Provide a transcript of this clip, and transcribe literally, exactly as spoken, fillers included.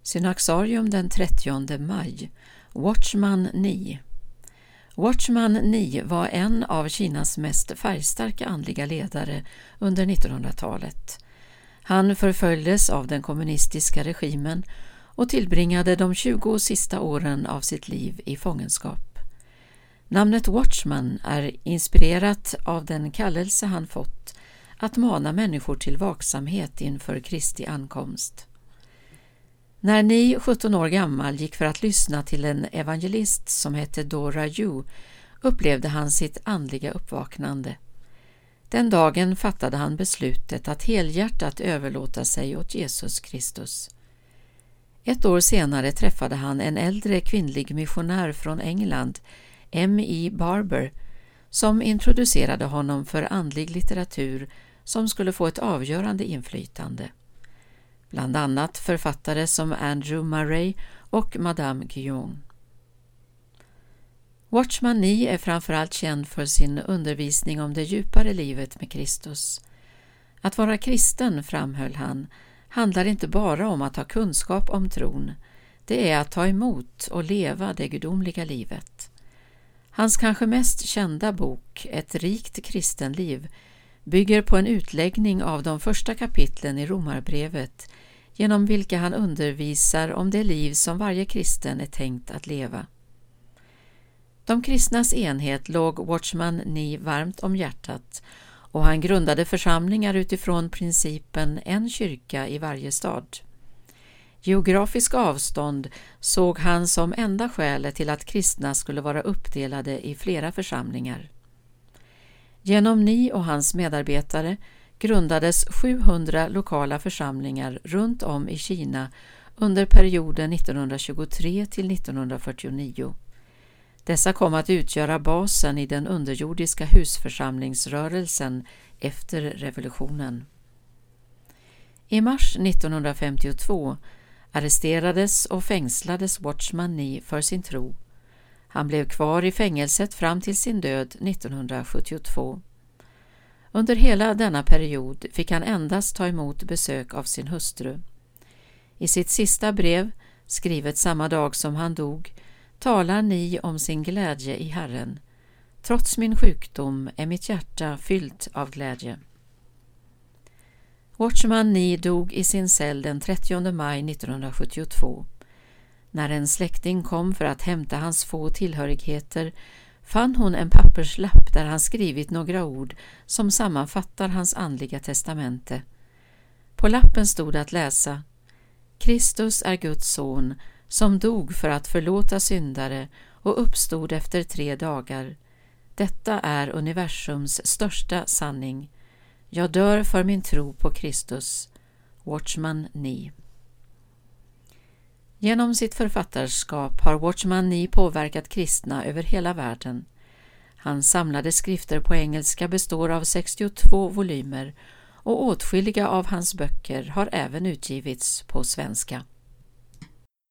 Synaxarium den trettionde maj. Watchman Nee. Watchman Nee var en av Kinas mest färgstarka andliga ledare under nittonhundratalet. Han förföljdes av den kommunistiska regimen och tillbringade de tjugo sista åren av sitt liv i fångenskap. Namnet Watchman är inspirerat av den kallelse han fått att mana människor till vaksamhet inför Kristi ankomst. När Ni, sjutton år gammal, gick för att lyssna till en evangelist som hette Dora Yu, upplevde han sitt andliga uppvaknande. Den dagen fattade han beslutet att helhjärtat överlåta sig åt Jesus Kristus. Ett år senare träffade han en äldre kvinnlig missionär från England, M E Barber, som introducerade honom för andlig litteratur som skulle få ett avgörande inflytande. Bland annat författare som Andrew Murray och Madame Guyon. Watchman Nee är framförallt känd för sin undervisning om det djupare livet med Kristus. Att vara kristen, framhöll han, handlar inte bara om att ha kunskap om tron. Det är att ta emot och leva det gudomliga livet. Hans kanske mest kända bok, Ett rikt kristenliv, bygger på en utläggning av de första kapitlen i Romarbrevet, genom vilka han undervisar om det liv som varje kristen är tänkt att leva. De kristnas enhet låg Watchman Nee varmt om hjärtat, och han grundade församlingar utifrån principen en kyrka i varje stad. Geografisk avstånd såg han som enda skälet till att kristna skulle vara uppdelade i flera församlingar. Genom Nee och hans medarbetare grundades sjuhundra lokala församlingar runt om i Kina under perioden nittonhundratjugotre till nittonhundrafyrtionio. Dessa kom att utgöra basen i den underjordiska husförsamlingsrörelsen efter revolutionen. I mars nittonhundrafemtiotvå arresterades och fängslades Watchman Nee för sin tro. Han blev kvar i fängelset fram till sin död nittonhundrasjuttiotvå. Under hela denna period fick han endast ta emot besök av sin hustru. I sitt sista brev, skrivet samma dag som han dog, talar Nee om sin glädje i Herren. Trots min sjukdom är mitt hjärta fyllt av glädje. Watchman Nee dog i sin cell den trettionde maj nittonhundrasjuttiotvå. När en släkting kom för att hämta hans få tillhörigheter fann hon en papperslapp där han skrivit några ord som sammanfattar hans andliga testamente. På lappen stod att läsa: Kristus är Guds son som dog för att förlåta syndare och uppstod efter tre dagar. Detta är universums största sanning. Jag dör för min tro på Kristus. Watchman Nee. Genom sitt författarskap har Watchman Nee påverkat kristna över hela världen. Hans samlade skrifter på engelska består av sextiotvå volymer och åtskilliga av hans böcker har även utgivits på svenska.